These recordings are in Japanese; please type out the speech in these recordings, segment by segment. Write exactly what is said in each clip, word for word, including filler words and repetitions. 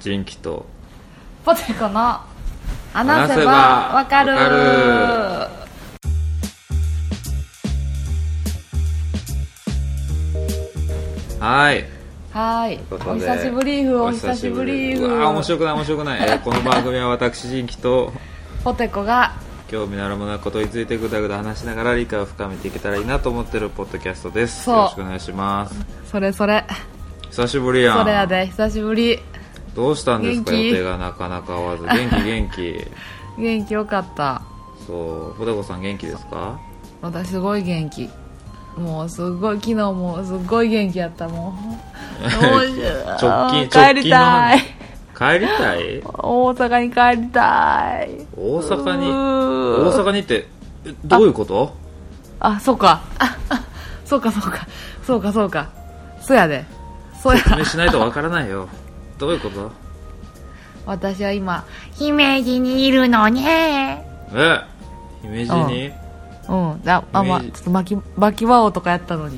人気とポテコの話せばわかる。 はいはいお久しぶりーお久しぶりーうわ面白くない面白くない、えー、この番組は私人気とポテコが興味のあるものやことについてぐだぐだ話しながら理解を深めていけたらいいなと思ってるポッドキャストです。よろしくお願いします。 それそれ久しぶりやん。 それやで久しぶり。 どうしたんですか？予定がなかなか合わず。元気元気元気よかった。 そうポテコさん元気ですか？ 私すごい元気。もうすごい昨日もすごい元気やったもん直近帰りたい帰りたい大阪に帰りたい。 大阪に大阪にってどういうこと？ ああそうかああそうかそうかそうかそうかそうやでそうや説明しないとわからないよどういうこと？ 私は今姫路にいるのね。 え姫路に？ うん、ああまあちょっと巻き巻き輪王とかやったのに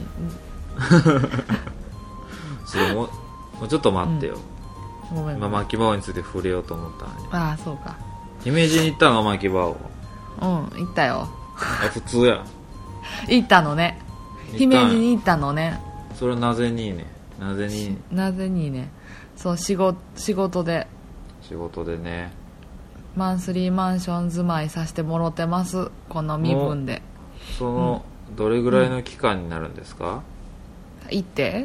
それももうちょっと待ってよ、 うん、ごめん今巻き場王について触れようと思ったのに。 ああそうか姫路に行ったの巻き場王？ うん行ったよ。 あ普通や行ったのね。姫路に行ったのね。 それはなぜにねなぜになぜにねそう仕事仕事で仕事でねマンスリーマンション住まいさせてもろてます。この身分で。 その、うん、どれぐらいの期間になるんですか？ 行って、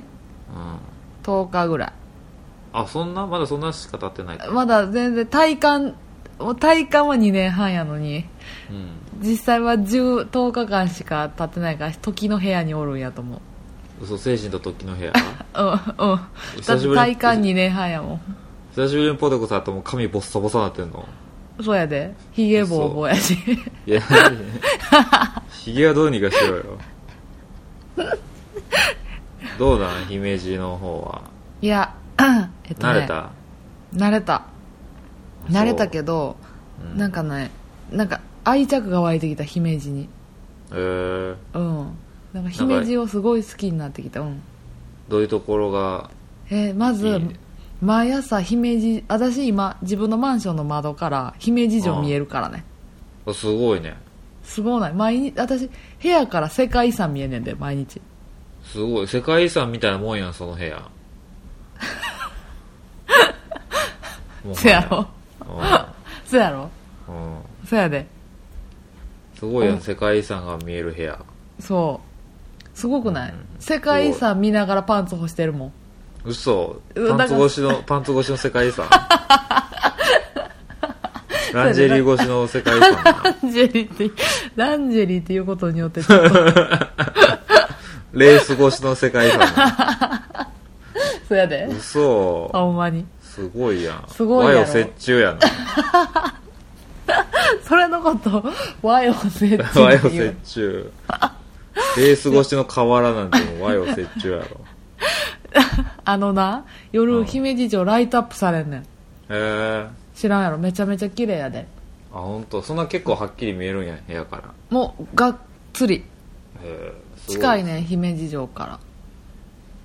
うん、 とおかぐらい。 あそんなまだそんなしか経ってないか。 まだ全然体感体感はにねんはんやのに、うん、実際はじゅう、とおかかんしか経ってないから時の部屋におるんやと思う。 嘘精神と時の部屋うんうんだって体感にねんはんやもん。 久しぶりにポテコさんとも髪ボッサボサなってんの？ そうやでヒゲボーボーやしいやヒゲはどうにかしろよどうなん姫路の方は。 いや、えっとね、 慣れた慣れた慣れたけど、うん、なんかねなんか愛着が湧いてきた姫路に。 へーうんなんか姫路をすごい好きになってきた。うんどういうところがえー、まずいい毎朝姫路私今自分のマンションの窓から姫路城見えるからね。 あすごいね。 すごいない毎日私部屋から世界遺産見えんねんで毎日。 すごい世界遺産みたいなもんやんその部屋そやろそやろうんそやですごいやん世界遺産が見える部屋。 そうすごくない、うん、世界遺産見ながらパンツ干してるもん。 嘘パンツ越しのパンツ越しの世界遺産ランジェリー越しの世界遺産ランジェリーってランジェリーっていうことによってちょっとレース越しの世界遺産そうやで嘘ほんまにすごいやん。 すごいやろ和洋折衷やなそれのこと和洋折衷和洋折衷レース越しの河原なんても和洋折衷やろあのな夜姫路城ライトアップされんねん。へえ知らんやろめちゃめちゃ綺麗やで。 あ本当そんな結構はっきり見えるんや部屋から。 もうがっつりへ近いね姫路城から。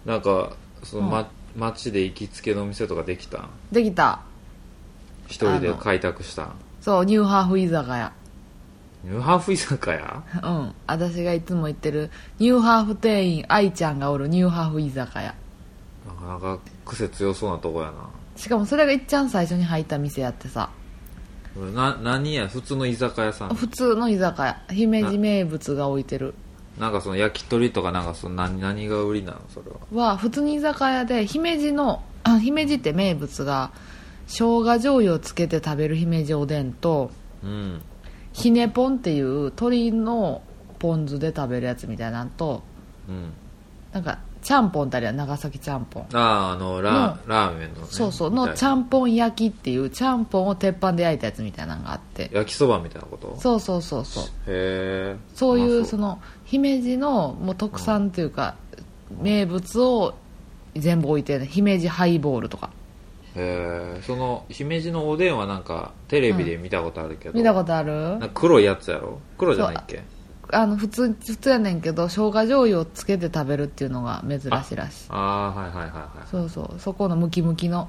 なんかその、まうん、街で行きつけのお店とかできたん？ できた。 一人で開拓したん？ そうニューハーフ居酒屋。 ニューハーフ居酒屋？ うん私がいつも行ってるニューハーフ店員愛ちゃんがおるニューハーフ居酒屋。 なかなか癖強そうなとこやな。 しかもそれがいっちゃん最初に入った店やってさ。 な何や普通の居酒屋さん？ 普通の居酒屋姫路名物が置いてる。 なんかその焼き鳥とかなんかその 何, 何が売りなのそれは？ は普通に居酒屋で姫路の姫路って名物が生姜醤油をつけて食べる姫路おでんと、うん、ひねポンっていう鶏のポン酢で食べるやつみたいなのと、うん、なんかちゃんぽんってあれは長崎ちゃんぽん。 あああの ラ, ラーメンの、ね、 そうそうのちゃんぽん焼きっていうちゃんぽんを鉄板で焼いたやつみたいなのがあって。 焼きそばみたいなこと？ そうそうそうそう。 へえ。 そういうその姫路のもう特産というか、うん、名物を全部置いてる姫路ハイボールとか。 へえ。その姫路のおでんはなんかテレビで見たことあるけど、うん、 見たことある？ なんか黒いやつやろ？黒じゃないっけ？ あの普通普通やねんけど生姜醤油をつけて食べるっていうのが珍しいらしい。 ああはいはいはいはい。 そうそうそこのムキムキの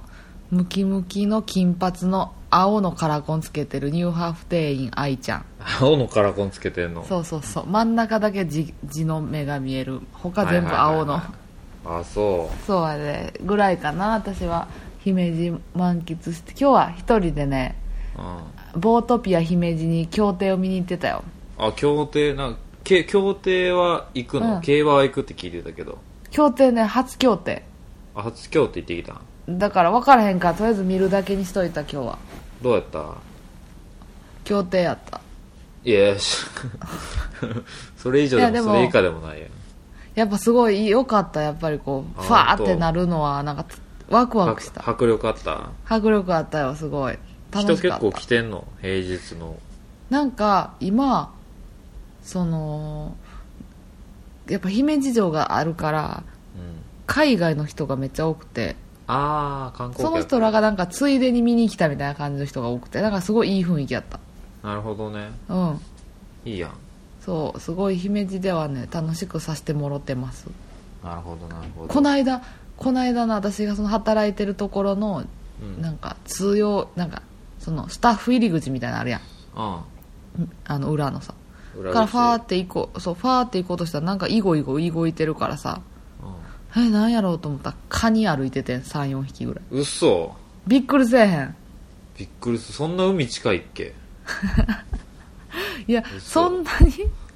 ムキムキの金髪の青のカラコンつけてるニューハーフ店員愛ちゃん。 青のカラコンつけてんの？ そうそうそう、真ん中だけ地の目が見える、他全部青の、はいはいはいはい、あそうそうやでぐらいかな。私は姫路満喫して、今日は一人でね、うん、ボートピア姫路に競艇を見に行ってたよ。 あ、競艇な、競艇は行くの、うん、競馬は行くって聞いてたけど。 競艇ね、初競艇。 あ、初競艇行ってきたんだから分からへんから、とりあえず見るだけにしといた。今日はどうやった？ 競艇やった。 いやそれ以上でもそれ以下でもないやん。 やっぱすごい良かった。やっぱりこうファーってなるのはなんかワクワクした。 迫力あった？ 迫力あったよ、すごい楽しかった。 人結構来てんの？平日の。 なんか今そのやっぱ姫路城があるから、うん、海外の人がめっちゃ多くて、 あー、観光客。 その人らがなんかついでに見に来たみたいな感じの人が多くて、なんかすごいいい雰囲気やった。 なるほどね。 うん、 いいやん。 そう、すごい姫路ではね楽しくさせてもろてます。 なるほどなるほど。 この間この間の私がその働いてるところの、うん、なんか通用なんかそのスタッフ入り口みたいなのあるやん、うん、あの裏のさ、裏からファーって行こう、そうファーって行こうとしたらなんかイゴイゴ動いてるからさ、うん、え何やろうと思ったらカニ歩いててん、 さんよんひきぐらい。 うっそ。 びっくりせえへん？ びっくりする。そんな海近いっけ？ いやそんなに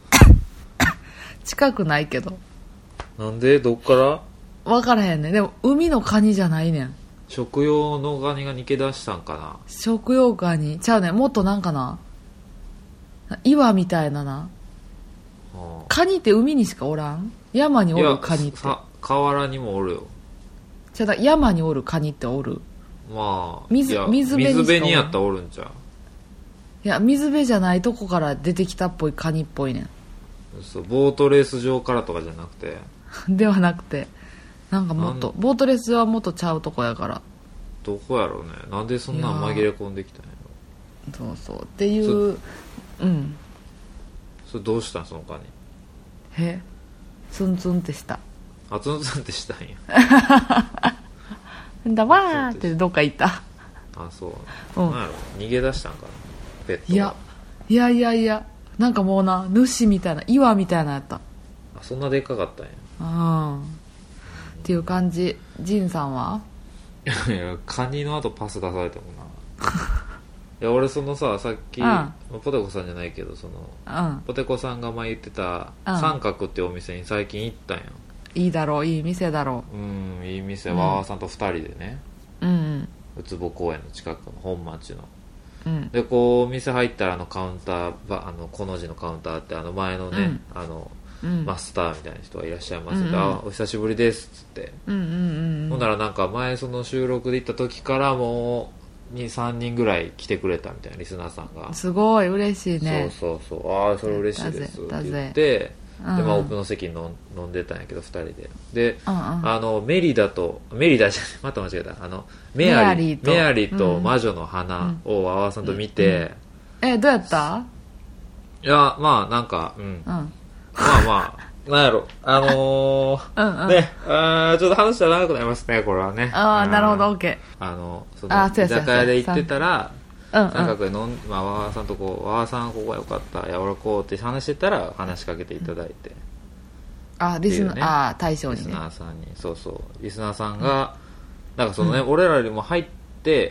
近くないけど。 なんで？どっから？ 分からへんね。でも海のカニじゃないねん。 食用のカニが逃げ出したんかな。 食用カニちゃうねん。もっとなんかな岩みたいなな、はあ、カニって海にしかおらん？山におるカニって。 河原にもおるよ。 じゃあ山におるカニっておる？ まあ水, 水辺に水辺にやったらおるんちゃう？ いや水辺じゃないとこから出てきたっぽいカニっぽいねん。 そう、ボートレース場からとかじゃなくてではなくて、なんかもっとボートレース場はもっとちゃうとこやから。 どこやろうね。なんでそんな紛れ込んできたんやろ。そうそうっていう。うん。 それどうしたんそのカニ？ えツンツンってした。 あ、ツンツンってしたんやだわーってどっか行った。 あ、そう、うん、なんやろ逃げ出したんかなペットが。 いやいやいやいや、なんかもうな主みたいな岩みたいなやった。あ、 そんなでっかかったんや。 うんっていう感じ。ジンさんは？ いやカニの後パス出されてもないや俺そのささっき、うん、ポテコさんじゃないけどその、うん、ポテコさんが前言ってた、うん、三角ってお店に最近行ったんや。 いいだろう、いい店だろう。うん、いい店、うん、わわさんとふたりでね、 うんうん、 うつぼ公園の近くの本町の、うん、でこう店入ったらあのカウンターあのこの字のカウンターってあの前のね、うん、あのうん、マスターみたいな人がいらっしゃいます、うんうん、あお久しぶりですっつって、うんうんうんうん、ほんならなんか前その収録で行った時からもうに、さんにんぐらい来てくれたみたいなリスナーさんが。すごい嬉しいね。そうそうそう、ああそれ嬉しいですって言って、うん、でまあ、奥の席に飲んでたんやけどふたりでで、うんうん、あのメリダとメリダじゃないまた間違えたあのメアリーメアリーと魔女の花をわわさんと見て、 うんうん、えどうやった？ いやまあなんかうん、うんまあまあ、なんやろ、あのー、うんうん、ね、あちょっと話したら長くなりますね、これはね。 ああ、なるほど、OK。 あの、その、居酒屋で行ってたら、三角で飲ん、まあ、わわさんとこう、わわさんここがよかった、いや、俺こうって話してたら、話しかけていただいて。 あ、リスナー、ね、あ対象にね。 リスナーさんに、そうそう、リスナーさんが、うん、なんかそのね、うん、俺らよりも入って、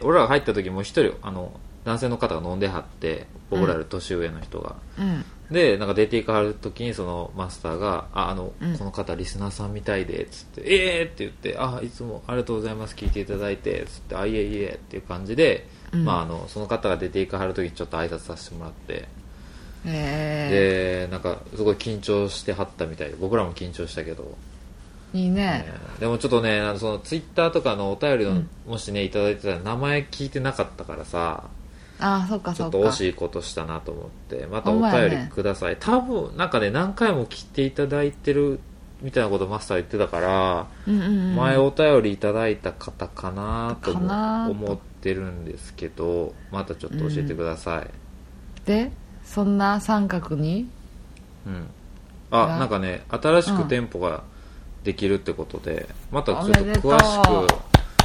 俺らが入った時も一人、あの、男性の方が飲んではって、僕らより年上の人が。うんでなんか出ていかはる時にそのマスターがああの、うん、この方リスナーさんみたいでつってええー、って言ってあいつもありがとうございます聞いていただいてつってあいえいえっていう感じで、うんまあ、あのその方が出ていかはる時にちょっと挨拶させてもらって、えー、でなんかすごい緊張してはったみたいで僕らも緊張したけどいいね、 えー、でもちょっとねあのそのツイッターとかのお便りの、うん、もしねいただいてたら名前聞いてなかったからさああそっかそっかちょっと惜しいことしたなと思ってまたお便りください、ね、多分なんかね何回も来ていただいてるみたいなことマスター言ってたから、うんうんうん、前お便りいただいた方かなと思ってるんですけどまたちょっと教えてください、うん、 でそんな三角にうんあなんかね新しく店舗ができるってことで、うん、またちょっと詳しく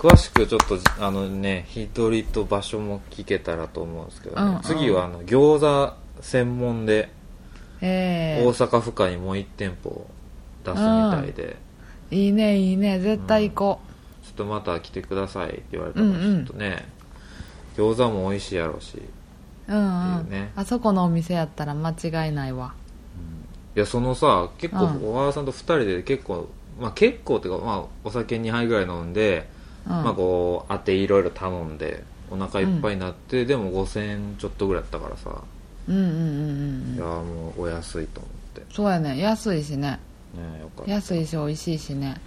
詳しくちょっとあのね日取りと場所も聞けたらと思うんですけど、ねうんうん、次はあの餃子専門で、えー、大阪府下にもういち店舗出すみたいで、 うん、いいねいいね絶対行こう、 うん、ちょっとまた来てくださいって言われたから、うんうん、ちょっとね餃子も美味しいやろうし、 うんうんね、あそこのお店やったら間違いないわ、 うん、いやそのさ結構小川さんとふたりで結構、まあ、結構っていうか、まあ、お酒にはいぐらい飲んで、うんまあ、こうあっていろいろ頼んでお腹いっぱいになって、うん、でもごせんえんちょっとぐらいだったからさ、 うんうんうんうん、 いやもうお安いと思って。 そうやね安いしね、 ねよかった安いし美味しいしね、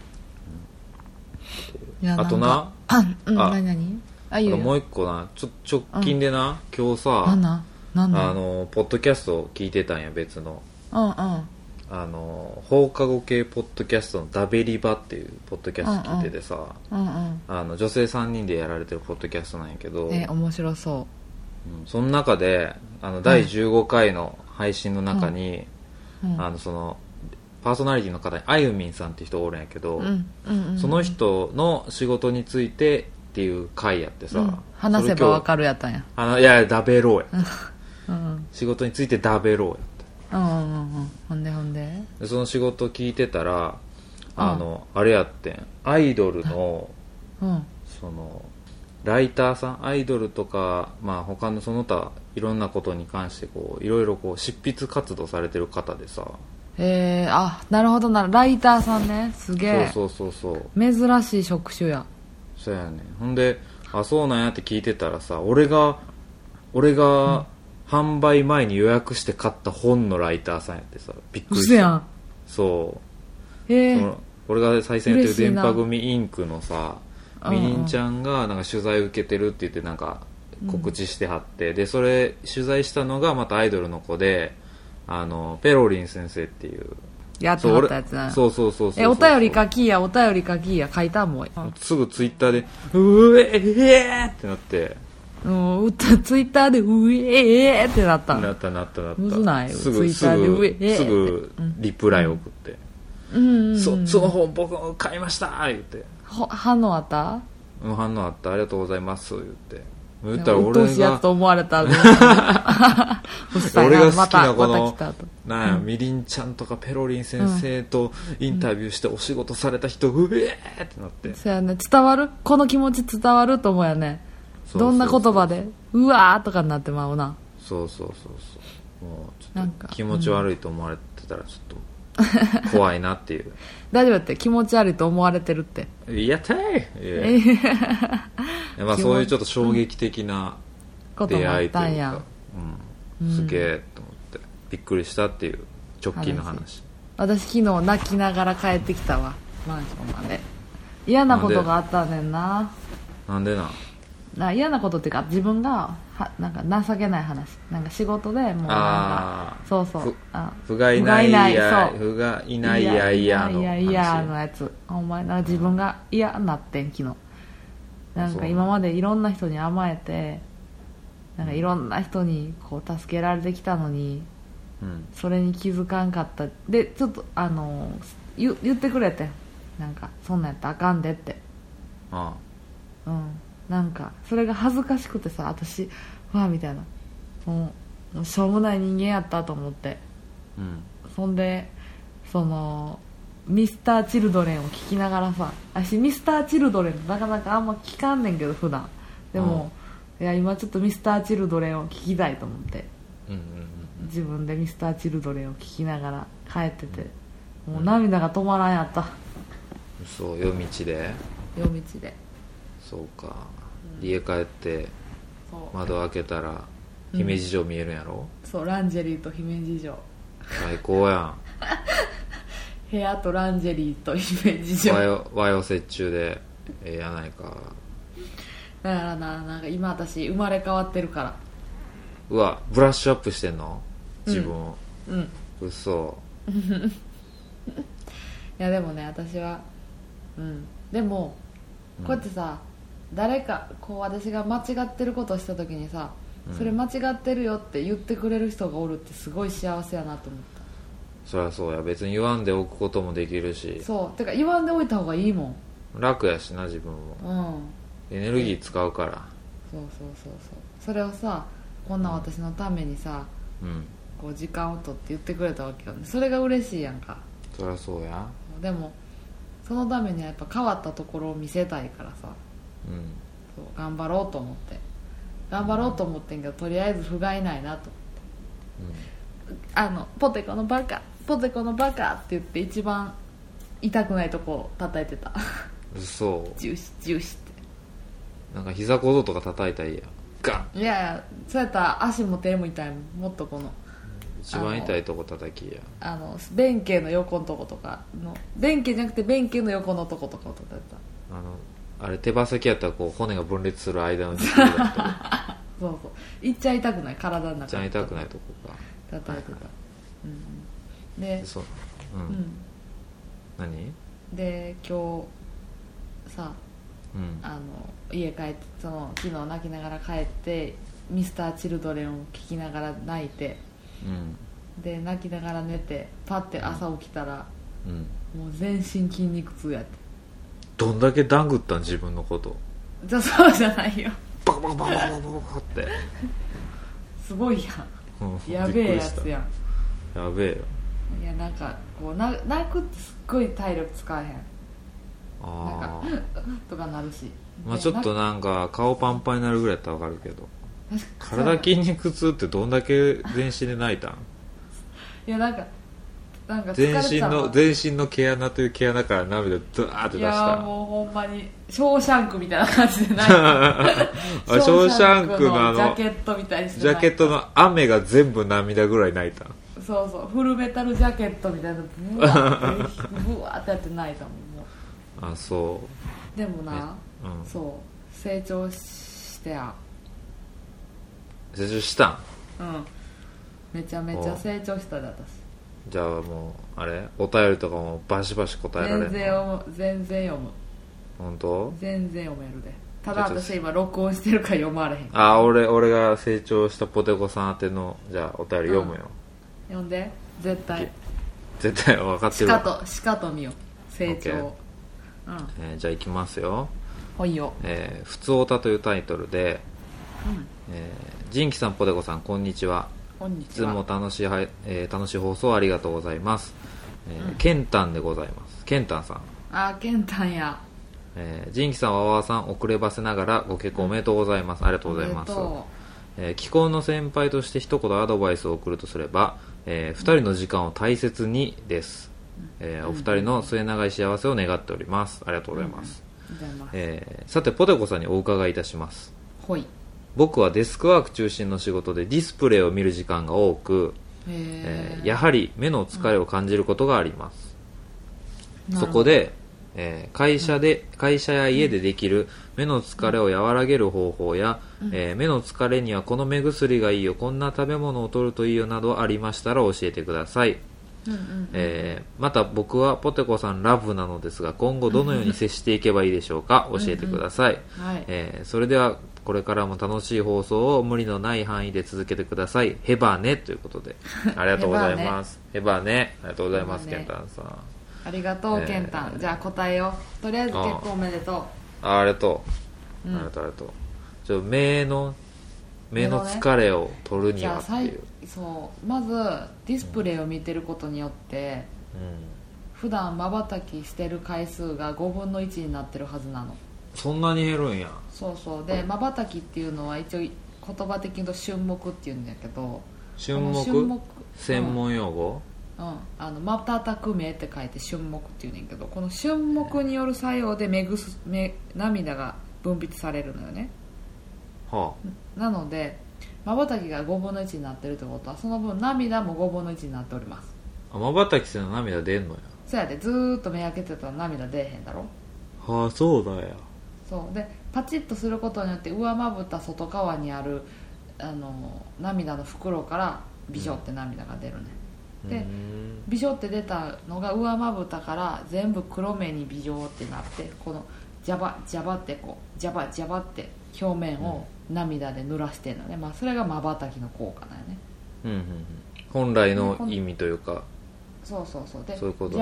うん、あとなあ、うん、何何あいいよもう一個なちょ直近でな、うん、今日さなんなんなんなんあのポッドキャストを聞いてたんや別のうんうんあの放課後系ポッドキャストのダベリバっていうポッドキャスト聞いててさ、 うんうん、 あの女性さんにんでやられてるポッドキャストなんやけど、 え面白そう、 うん、その中であのだいじゅうごかいの配信の中に、うんうん、あのそのパーソナリティの方にあゆみんさんっていう人おるんやけど、うんうんうんうん、その人の仕事についてっていう回やってさ、うん、 話せばわかるやったんやあのいやダベローやうん、仕事についてダベローやうんうんうん、ほんでほんででその仕事聞いてたらあの、うん、あれやってんアイドルの、うん、そのライターさんアイドルとか、まあ、他のその他いろんなことに関してこういろいろこう執筆活動されてる方でさへえあなるほどなライターさんねすげえそうそうそうそう珍しい職種やそうやねほんであそうなんやって聞いてたらさ俺が俺が、うん販売前に予約して買った本のライターさんやってさびっくりしたやんそうへえ俺が再生やってる電波組インクのさみりんちゃんがなんか取材受けてるって言ってなんか告知してはって、うん、でそれ取材したのがまたアイドルの子であのペロリン先生っていうやってはったやつなそうそうそうそうえお便り書きやお便り書きや書いたもんすぐツイッターでうええーってなってうん、ツイッターでうえーってなったなったなったなったむずないすぐツイッターでうえーすぐリプライ送って、うんうんうん、そ, その本僕買いました言って反応あったうん反応あったありがとうございます言って言ったら俺がうっとうしいやつと思われた俺が好きなこの、ま、なんや、うん、みりんちゃんとかペロリン先生とインタビューしてお仕事された人、うん、うえーってなってそうやね伝わるこの気持ち伝わると思うやねどんな言葉でうわーとかになってまうなそうそうそうそうもうちょっと気持ち悪いと思われてたらちょっと怖いなっていう大丈夫だって気持ち悪いと思われてるってやったーいやまあそういうちょっと衝撃的な出会いというか、うん、すげえと思ってびっくりしたっていう直近の話私昨日泣きながら帰ってきたわマンションまで嫌なことがあったねんななんでなな嫌なことっていうか自分がはなんか情けない話なんか仕事でもうなんかそうそうあ不甲斐ないや不甲斐ないやいやのいやいやのやつお前なんか自分が嫌になってん昨日なんか今までいろんな人に甘えてなんかいろんな人にこう助けられてきたのに、うん、それに気づかんかったでちょっとあの言, 言ってくれてなんかそんなんやったらあかんでってああうんなんかそれが恥ずかしくてさ私わあみたいなもうしょうもない人間やったと思って、うん、そんでそのミスターチルドレンを聞きながらさ私ミスターチルドレンなかなかあんま聞かんねんけど普段でも、うん、いや今ちょっとミスターチルドレンを聞きたいと思って、うんうんうん、自分でミスターチルドレンを聞きながら帰ってて、うん、もう涙が止まらんやった、 うん、そう夜道で夜道でそうか、うん、家帰って窓開けたら姫路城見えるんやろ、 うん、そうランジェリーと姫路城最高やん部屋とランジェリーと姫路城和洋和洋折衷でええやないかだからな、なんか今私生まれ変わってるからうわブラッシュアップしてんの自分をうん、うん、嘘いやでもね私はうんでもこうやってさ、うん、誰かこう私が間違ってることをした時にさ、うん、それ間違ってるよって言ってくれる人がおるってすごい幸せやなと思った。 そりゃそうや別に言わんでおくこともできるしそうてか言わんでおいた方がいいもん楽やしな自分も、うん、エネルギー使うから。 そうそうそうそう。それをさこんな私のためにさ、うん、こう時間を取って言ってくれたわけよね。それが嬉しいやんか。 そりゃそうや。 でもそのためにはやっぱ変わったところを見せたいからさ、うん、そう頑張ろうと思って頑張ろうと思ってんけど、とりあえず不甲斐ないなと思って、うん、あのポテコのバカポテコのバカって言って一番痛くないとこを叩いてた。 そうジューシジューシって。 なんか膝小僧とか叩いたらいいやん。ガン。いやいや、そうやったら足も手も痛いもん。もっとこの一番痛いとこ叩きや。 あの弁慶の横のとことかの、弁慶じゃなくて弁慶の横のとことかを叩いた。 あのあれ手羽先やったらこう骨が分裂する間の肉だったらそうそう、いっちゃ痛くない、体の中いっちゃ痛くないとこか叩いてた、はいはい、うん、でそう、うんうん、 何で今日さ、うん、あの家帰ってその昨日泣きながら帰ってミスターチルドレンを聴きながら泣いて、うん、で泣きながら寝てパッて朝起きたら、うん、もう全身筋肉痛やって。 どんだけダングったん自分のこと。 じゃそうじゃないよ。 バカバカバカバカバカってすごいやん、うん、やべえやつやん。やべえよ。 いやなんかこうな泣くってすっごい体力使えへん。あなんかとかなるし、 まあちょっとなんか顔パンパンになるぐらいやったらわかるけど、体筋肉痛ってどんだけ全身で泣いたん。 いやなんかなんか全身の全身の毛穴という毛穴から涙ドワーって出した。いやもうほんまにショーシャンクみたいな感じで泣いた。 ショーシャンクのあのジャケットみたいにしてジャケットの雨が全部涙ぐらい泣いた。 そうそう、フルメタルジャケットみたいなブワーってブワーってやって泣いたもん。もうあそうでもな、うん、そう成長してや成長したん。 うんめちゃめちゃ成長したで私。 じゃあもうあれお便りとかもバシバシ答えられる。 全然読む全然読む。 本当？ 全然読めるで。ただ私今録音してるから読まれへん。 あ俺俺が成長したポテコさん宛てのじゃあお便り読むよ、 うん、読んで絶対絶対分かってる。 しかとしかと見よ成長、うんえー、じゃあいきますよ。 ほいよ。 えー、ふつおたというタイトルで、うんえー、ジンキさんポテコさんこんにちは。いつも楽しい、えー、楽しい放送ありがとうございます、えーうん、ケンタンでございます。ケンタンさん。 あケンタンや、 えー、ジンキさんわわさん遅ればせながらご結婚おめでとうございます、うん、ありがとうございます。えー、既婚の先輩として一言アドバイスを送るとすれば、えー、ふたりの時間を大切にです、えー、お二人の末永い幸せを願っております。ありがとうございます、うんえー、さてポテコさんにお伺いいたします。 ほい。僕はデスクワーク中心の仕事でディスプレイを見る時間が多く、えー、やはり目の疲れを感じることがあります、うん、そこで、えー、会社で、うん、会社や家でできる目の疲れを和らげる方法や、うんえー、目の疲れにはこの目薬がいいよ、こんな食べ物を取るといいよなどありましたら教えてください。うんうんうんえー、また僕はポテコさんラブなのですが今後どのように接していけばいいでしょうか教えてください、うんうんはいえー、それではこれからも楽しい放送を無理のない範囲で続けてください。ヘバネということでありがとうございますヘバネありがとうございます。ケンタンさんありがとう、えー、ケンタン。じゃあ答えよう。とりあえず結婚おめでとう。 あありがとう、うん、ありがとうありがとう。ちょ目の目の疲れを取るにはっていう、 そうまずディスプレイを見てることによって、うん、普段まばたきしてる回数がごぶんのいちになってるはずなの。 そんなに減るんや。 そうそうでまばたきっていうのは一応言葉的に言うと瞬目っていうんだけど、 瞬目瞬目専門用語、 うんうん、あの瞬く目って書いて瞬目っていうんだけど、この瞬目による作用で目ぐす目涙が分泌されるのよね。はあ、なので瞬きがごぶんのいちになってるってことはその分涙もごぶんのいちになっております。 あ瞬きするの涙出んのや。 そうやで、ずーっと目開けてたら涙出えへんだろ。 はあそうだよ。 そうでパチッとすることによって上まぶた外側にあるあの涙の袋からビショって涙が出るね、うん、でビショって出たのが上まぶたから全部黒目にビジョってなってこのジャバジャバってこうジャバジャバって表面を涙で濡らしてるのね、まあ、それがまばたきの効果だよね、 うんうんうん、本来の意味というか、 そうそうそうでそういうことジャバ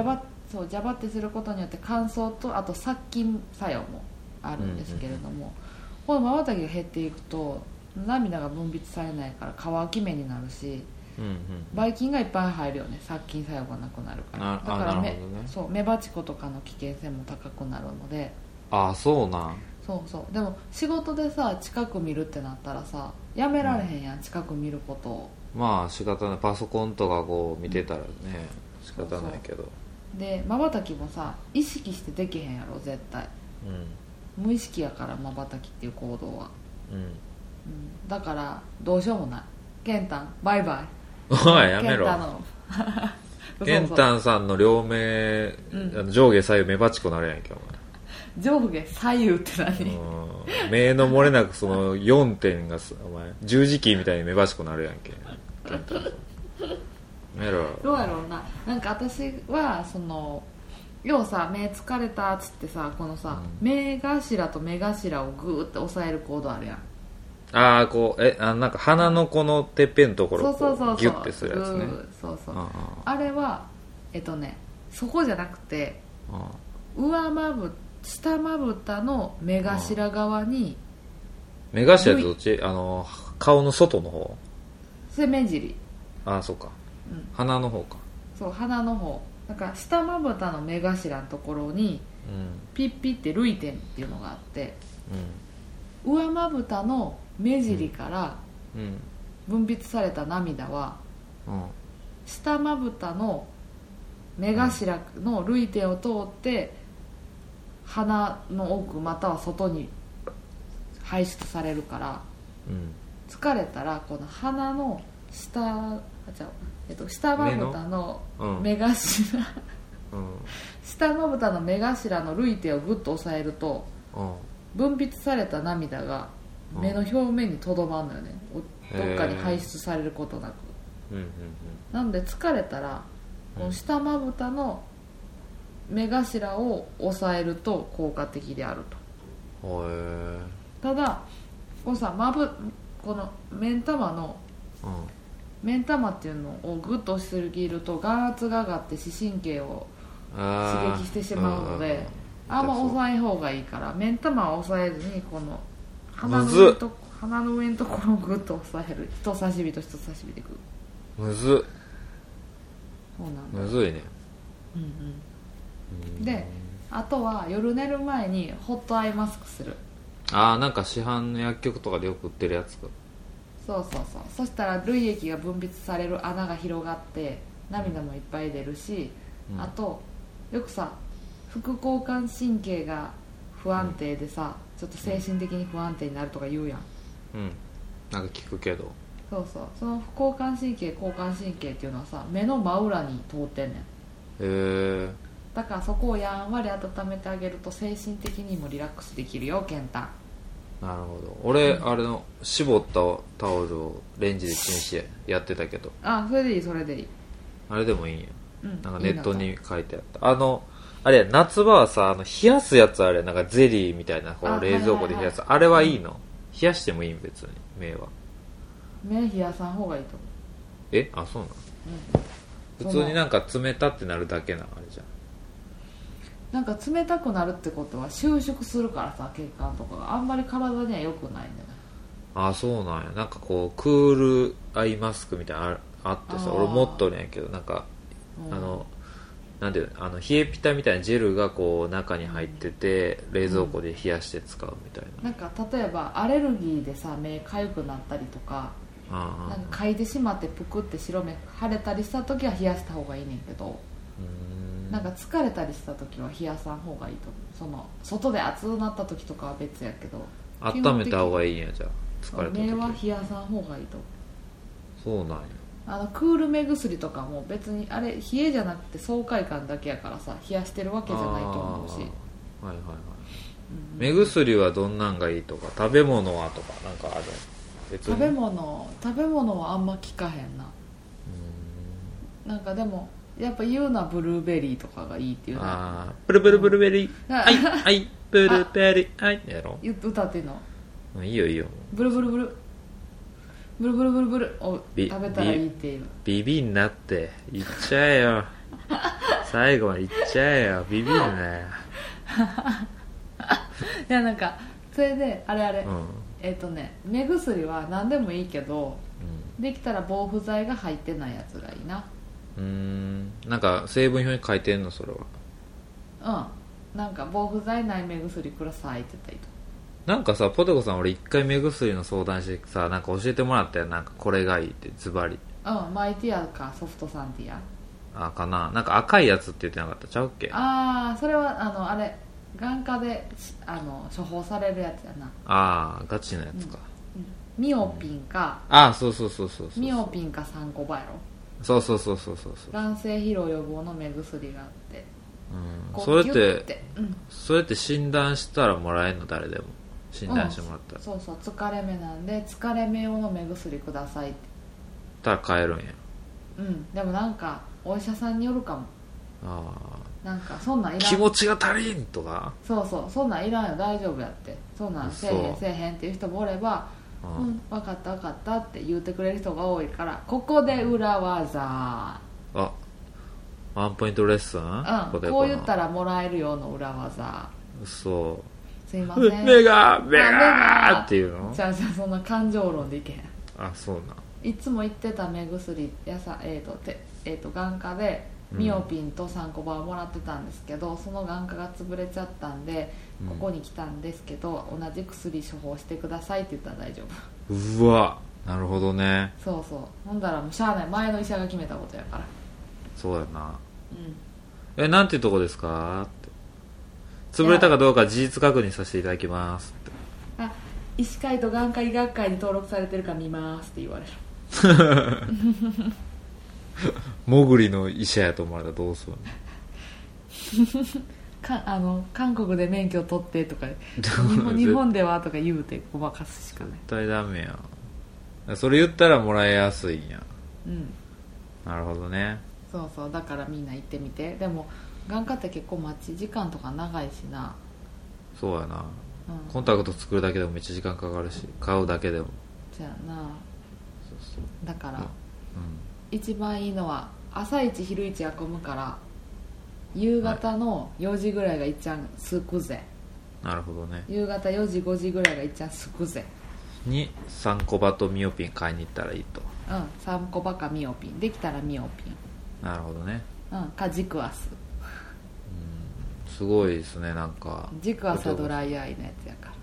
そうジャバってすることによって乾燥とあと殺菌作用もあるんですけれども、うんうん、このまばたきが減っていくと涙が分泌されないから乾き目になるし、うんうん、ばい菌がいっぱい入るよね、殺菌作用がなくなるから。だから目、ね、そうメバチコとかの危険性も高くなるので。 ああそうなん。 そうそう。でも仕事でさ近く見るってなったらさやめられへんやん、うん、近く見ることを。 まあ仕方ない、パソコンとかこう見てたらね、うん、仕方ないけど。そうそうでまばたきもさ意識してできへんやろ絶対、うん、無意識やからまばたきっていう行動は、うんうん、だからどうしようもない。ケンタンバイバイ。 おいやめろ。ケンタンさんの両目、うん、上下左右メバチコなるやんけお前。 上下左右って何？ 目の漏れなくそのよんてんがお前十字キーみたいに目ばしくなるやんけ。メロどうやろうな。なんか私はその要はさ目疲れたっつってさこのさ、うん、目頭と目頭をグーって押さえる行動あるやん。 ああこうえあなんか鼻のこのてっぺんのところをギュッてするやつね。 そうそう。あれはえっとねそこじゃなくて上まぶ下まぶたの目頭側に。 目頭ってどっち？あの顔の外の方？ それ目尻。 ああそうか、うん、鼻の方か。 そう鼻の方だから下まぶたの目頭のところに、うん、ピッピって涙点っていうのがあって、うん、上まぶたの目尻から分泌された涙は、うん、下まぶたの目頭の涙点を通って鼻の奥または外に排出されるから、うん、疲れたらこの鼻の下あじゃあ、えっと、下まぶたの目頭、うん、下まぶたの目頭の涙点をグッと押さえると、うん、分泌された涙が目の表面にとどまるのよね、うん、どっかに排出されることなく、うんうんうん、なので疲れたらこの下まぶたの目頭を押さえると効果的であると。へただこのさまぶこの目ん玉の、うん、目ん玉っていうのをグッと押しすぎると眼圧が上がって視神経を刺激してしまうのであんま押さえん方がいいから目ん玉は押さえずにこの鼻の上と鼻の上のところをグッと押さえる。人差し指と人差し指でグッむずっそうなんだむずいね。 うんうんであとは夜寝る前にホットアイマスクする。 ああなんか市販の薬局とかでよく売ってるやつか。 そうそうそう。そしたら涙液が分泌される穴が広がって涙もいっぱい出るし、うん、あとよくさ副交感神経が不安定でさ、うん、ちょっと精神的に不安定になるとか言うやん。うんなんか聞くけど。 そうそう。その副交感神経交感神経っていうのはさ目の真裏に通ってんねん。へえ。だからそこをやんわり温めてあげると精神的にもリラックスできるよケンタ。 なるほど。俺、うん、あれの絞ったタオルをレンジでチンしてやってたけど。 あそれでいいそれでいい。 あれでもいいんや、うん、なんかネットに書いてあった。あのあれ夏場はさあの冷やすやつあれなんかゼリーみたいなこう冷蔵庫で冷やす あ,、はいはいはい、あれはいいの、うん、冷やしてもいいん別に目は。 目冷やさん方がいいと思う。 えあそうなの、うん、普通になんか冷たってなるだけなあれじゃん。 なんか冷たくなるってことは収縮するからさ血管とかがあんまり体には良くないんだよね。 あそうなんや。なんかこうクールアイマスクみたいなの あ, あってさ俺持っとるんやけどなんか、うん、あのなんていうのあの冷えピタみたいなジェルがこう中に入ってて、うん、冷蔵庫で冷やして使うみたいな、 うん、なんか例えばアレルギーでさ目かゆくなったりとかあなんか嗅いでしまってぷくって白目腫れたりした時は冷やした方がいいねんけどなんか疲れたりした時は冷やさん方がいいと思う。その外で暑くなった時とかは別やけど温めた方がいいんやじゃあ疲れた時目は冷やさん方がいいと思う。そうなんや。 あのクール目薬とかも別にあれ冷えじゃなくて爽快感だけやからさ冷やしてるわけじゃないと思うし。はいはいはい、 うん、目薬はどんなんがいいとか食べ物はとかなんかある別に。 食べ物食べ物はあんま効かへんな。うんなんかでもやっぱ言うのはブルーベリーとかがいいっていうのああブルブルブルベリー、うん、はいはいブルーベリーはいやろ歌ってんのいいよいいよブルブルブルブルブルブルブルを食べたらいいっていうビビんなって言っちゃえよ最後までいっちゃえよ、ビビるね。 いやなんかそれであれあれ、 うん、 えっ、ー、とね目薬は何でもいいけど、うん、できたら防腐剤が入ってないやつがいいな。 うーん、なんか成分表に書いてんのそれは。うん、なんか防腐剤ない目薬くださいって言ったらいいと。 なんかさ、ポテコさん俺一回目薬の相談してさ、なんか教えてもらったよ。なんかこれがいいってズバリ。 うん、マイティアかソフトサンティアあかな、なんか赤いやつって言ってなかったちゃうっけ。 ああ、それはあのあれ眼科であの処方されるやつやな。 ああ、ガチのやつか、 うんうん、ミオピンか、 うん、ああそうそうそうそうそう、 ミオピンかサンコバやろ。 そうそうそうそうそうそう、 眼性疲労予防の目薬があって、 うん、それって、うん、それって診断したらもらえるの？誰でも診断してもらったら、 うん、そうそう疲れ目なんで疲れ目用の目薬くださいってたら買えるんや。 うん、でもなんかお医者さんによるかも。ああ、なんかそんなんいらん、 気持ちが足りんとか、 そうそう、そんなんいらんよ大丈夫やって、そんなんせえへんせえへんっていう人もおれば、うん、分かった分かったって言ってくれる人が多いから、ここで裏技、あ、 ワンポイントレッスン、 うん、こう言ったらもらえるよの裏技。 嘘、 すいません、 目が目がっていうの？ じゃあじゃあそんな感情論でいけへん。 あ、そうな。 いつも言ってた目薬やさ、えーとてえーと眼科でミオピンとサンコバをもらってたんですけど、うん、その眼科が潰れちゃったんで、ここに来たんですけど、同じ薬処方してくださいって言ったら大丈夫。 うわ、なるほどね。 そうそう、ほんだらもうしゃあない、前の医者が決めたことやから。 そうやな。 うん、 え、なんていうとこですかって、潰れたかどうか事実確認させていただきますって。 あ、医師会と眼科医学会に登録されてるか見ますって言われる。 モグリの医者やと思われたらどうするの？ かあの韓国で免許取ってとか日本, 日本ではとか言うてごまかすしかない。 絶対ダメや。それ言ったらもらいやすいんや。 うん、 なるほどね。 そうそう、だからみんな行ってみて。でも眼科って結構待ち時間とか長いしな。 そうやな、 うん、 コンタクト作るだけでもめっちゃ時間かかるし、買うだけでも。 じゃあな、そうそうだから、うん、 うん一番いいのは朝一昼一は混むから夕方のよじぐらいがいっちゃんすくぜ、 はい、なるほどね。 夕方よじごじぐらいがいっちゃんすくぜにサンコバとミオピン買いに行ったらいいと。 うん、サンコバかミオピン、できたらミオピン、 なるほどね、 うん、かジクアス。 うん、すごいですね。なんかジクアスはドライアイのやつやから。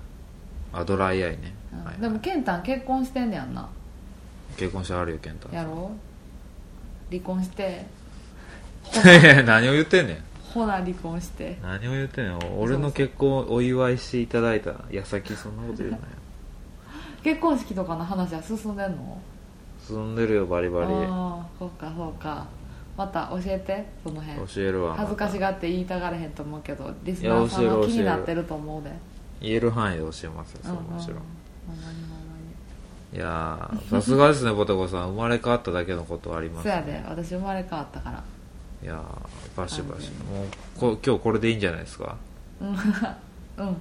あ、ドライアイね、 うん、 はいはい、 でもケンタン結婚してんねやんな。 結婚してあるよケンタン。 やろう、離婚して。 何を言ってんねん。 ほな離婚して。 何を言ってんねん。俺の結婚をお祝いしていただいた矢先そんなこと言うなよ。 結婚式とかの話は進んでんの？ 進んでるよバリバリ。 ああ、そうかそうか。また教えて、その辺。 教えるわ。 恥ずかしがって言いたがれへんと思うけど、リスナーさんは気になってると思うで。 言える範囲で教えますよ、それもちろん。 ほんまにほんまに。いやー、さすがですねポテコさん。生まれ変わっただけのことはありますね。 そうやで、私生まれ変わったから。 いやー、バシバシ。もうこ今日これでいいんじゃないですか。 うんうん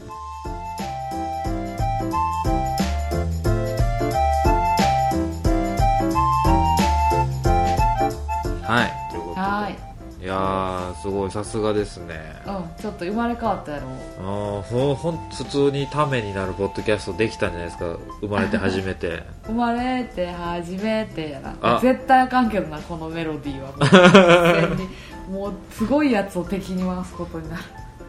はい、ということで、 はい、 いやーすごい、さすがですね。 うん、ちょっと生まれ変わったやろ。 あほほん普通にためになるポッドキャストできたんじゃないですか。生まれて初めて生まれて初めてやな。絶対あかんけどな、このメロディーはもうもうすごいやつを敵に回すことになる。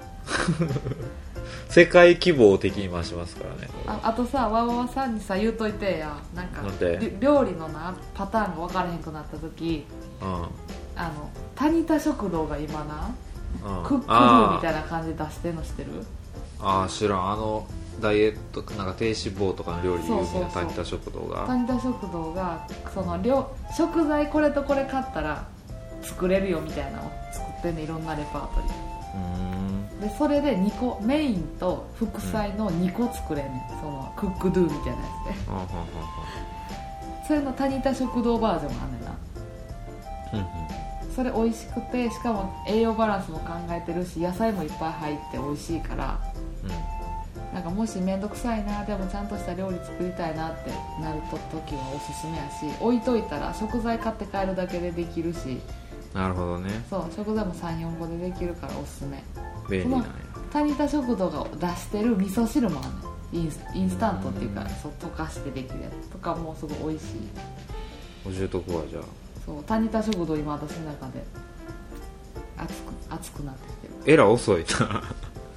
世界規模を敵に回しますからね。 あ, あとさ、わわわさんにさ言うといてや、なんかなんで料理のなパターンが分からへんくなった時、 うん、 あのタニタ食堂が今な、うん、クックドゥみたいな感じで出してんの知ってる？ ああ、知らん。あのダイエットなんか低脂肪とかの料理で有名なタニタ食堂が、 タニタ食堂がその量食材これとこれ買ったら作れるよみたいなのを作ってんね、いろんなレパートリー。うーんでそれでにこメインと副菜のにこ作れんねん、うん、そのクックドゥみたいなやつで。それのタニタ食堂バージョンがあんねんな。うんうん、それ美味しくて、しかも栄養バランスも考えてるし、野菜もいっぱい入って美味しいから、うん、なんかもしめんどくさいな、でもちゃんとした料理作りたいなってなると時はおすすめやし、置いといたら食材買って帰るだけでできるし、 なるほどね。 そう食材も さんよん 個でできるからおすすめ。 便利なんや。 タニタ食堂が出してる味噌汁もあるねインス、インスタントっていうか、そう溶かしてできるやつとかもすごい美味しい。 教えとくわじゃあ。 そうタニタ食堂今私の中で熱く熱くなってきてる。 えら遅いなちょっ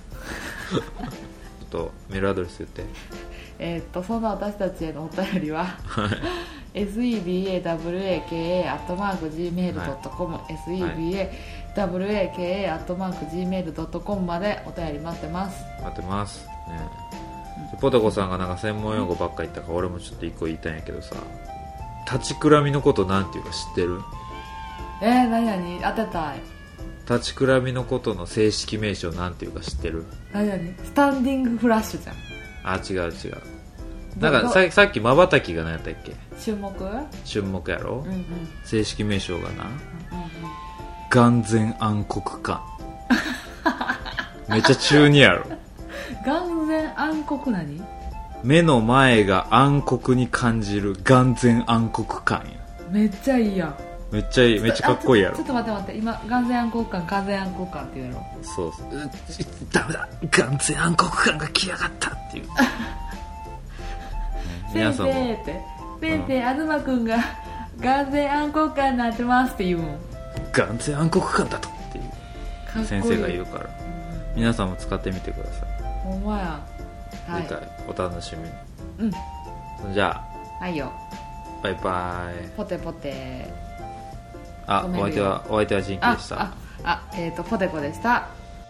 とメールアドレス言って。 えーっとそんな私たちへのお便りはセバワカ アットマーク ジーメールドットコム セバワカ アットマーク ジーメールドットコム までお便り待ってます。 待ってますね。ポテコさんがなんか専門用語ばっか言ったから俺もちょっと一個言いたいんやけどさ、立ちくらみのことなんていうか知ってる？ えー、何何当てたい。 立ちくらみのことの正式名称なんていうか知ってる？ 何何スタンディングフラッシュじゃん。 あ、違う違う。なんか さ, さっきまばたきが何やったっけ？ 春木春木やろ、 うんうん、 正式名称がな、 うんうん、 眼前暗黒感めっちゃ中二やろ。 眼前暗黒何？ 目の前が暗黒に感じる眼前暗黒感や。 めっちゃいいやん。 めっちゃいい、めっちゃかっこいいやろ。 ちょっと待って待って、今眼前暗黒感眼前暗黒感って言うの？ そうそう、ダメだ眼前暗黒感が来やがったっていう皆さんも先生って先生、東くんが眼前暗黒感になってますって言うもん。 眼前暗黒感だとっていう先生が言うから、皆さんも使ってみてください。 ほんまや、はい、 次回お楽しみに。 うんじゃあはいよ、 バイバイ。 ポテポテ。 あ、お相手はお相手はジンキでした。 あああえっ、ー、とポテコでした。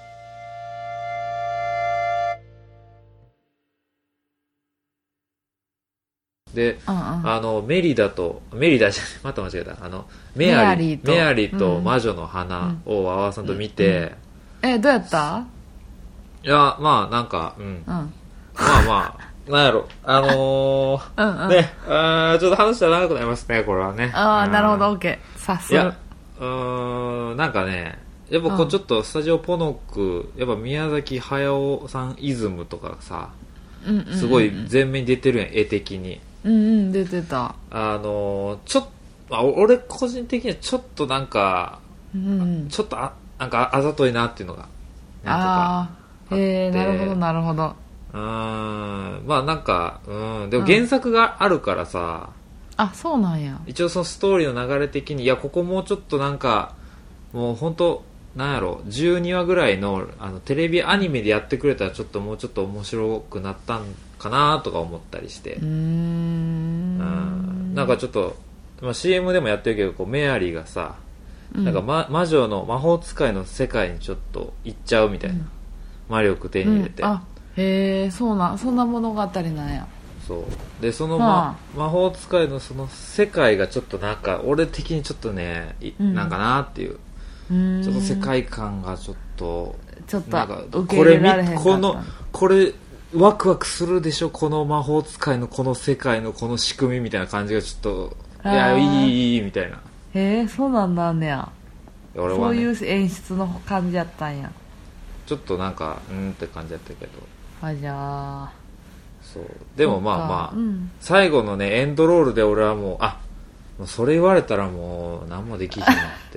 で、 うんうん、 あのメリダとメリダじゃまた間違えたあのメアリーメアリーと魔女の花をあわさんと見て、うんうんうん、 えどうやった？ いやまあなんか、うんうん、まあまあなんやろあのー、うん、うん、ねあちょっと話したら長くなりますねこれはね。 ああなるほど OK。 さすが。いやうーんなんかねやっぱこうちょっとスタジオポノクやっぱ宮崎駿さんイズムとかさ、うんうんうん、すごい前面に出てるやん絵的に。 うんうん出てた。あのちょっと俺個人的にはちょっとなんか、うん、ちょっとあなんかあざといなっていうのがああへえなるほどなるほど。 うーんまあなんかうんでも原作があるからさ、 うん、あそうなんや。 一応そのストーリーの流れ的にいやここもうちょっとなんかもう本当なんやろじゅうにわぐらい の, あのテレビアニメでやってくれたらちょっともうちょっと面白くなったんかなとか思ったりして、うーんうんなんかちょっと、まあ、シーエム でもやってるけどこうメアリーがさ、うん、なんか、ま、魔女の魔法使いの世界にちょっと行っちゃうみたいな、うん、魔力手に入れて、うん、 あへえそうなそんな物語なんや。 そうでその、まはあ、魔法使いのその世界がちょっとなんか俺的にちょっとね、うん、なんかなっていうちょっと世界観がちょっとちょっとなんか受け入れられへんかった。 これこのこれワクワクするでしょこの魔法使いのこの世界のこの仕組みみたいな感じがちょっといやいいいいみたいな。 へえそうなんだねや。 俺はね、 そういう演出の感じやったんや。 ちょっとなんかうんって感じやったけどあじゃあそうでもまあまあ、うん、最後のねエンドロールで俺はもうあもうそれ言われたらもう何もできひんなって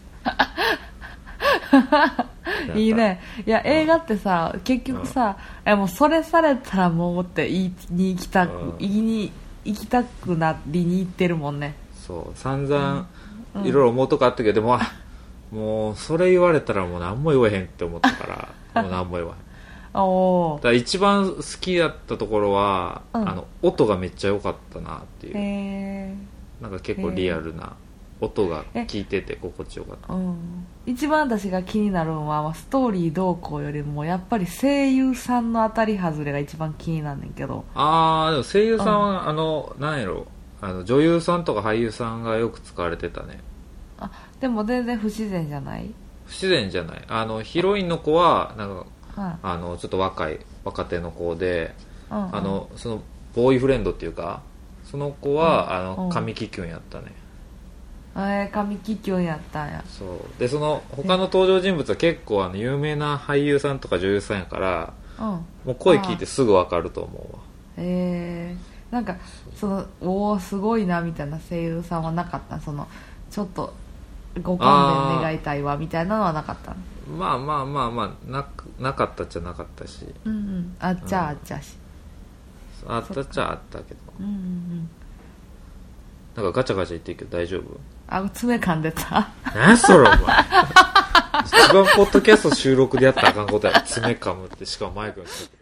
いいね。いや、うん、映画ってさ結局さ、うん、えもうそれされたらもうって言いに行きたく、うん、言いに行きたくなりに行ってるもんね。 そう散々いろいろ思うとこあったけど、うん、でももうそれ言われたらもう何も言わへんって思ったからもう何も言わへんおだから一番好きだったところは、うん、あの音がめっちゃ良かったなっていう。へなんか結構リアルな音が聞いてて心地よかった、うん、 一番私が気になるのはストーリーどうこうよりもやっぱり声優さんの当たり外れが一番気になんねんけど。ああでも声優さんは、うん、あのなんやろあの女優さんとか俳優さんがよく使われてたね。 あでも全然不自然じゃない？ 不自然じゃない。あのヒロインの子はなんか、うん、あのちょっと若い若手の子で、うんうん、あのそのボーイフレンドっていうかその子は、うん、あの神木キュンやったね。 えー、神木キュンやったんや。 そうでその他の登場人物は結構あの有名な俳優さんとか女優さんやから、うん、もう声聞いてすぐ分かると思うわ。 えー、なんかそのおおすごいなみたいな声優さんはなかった？そのちょっとご勘弁願いたいわみたいなのはなかったの？ まあまあまあまあ な, なかったっちゃなかったし、 うんうん、あっちゃあっちゃし、 あったっちゃあったけど、 うんうんうん、 なんかガチャガチャ言ってるけど大丈夫？ あ、爪噛んでた。 何それお前一番ポッドキャスト収録でやったらあかんことや、爪噛むって。しかもマイクの近く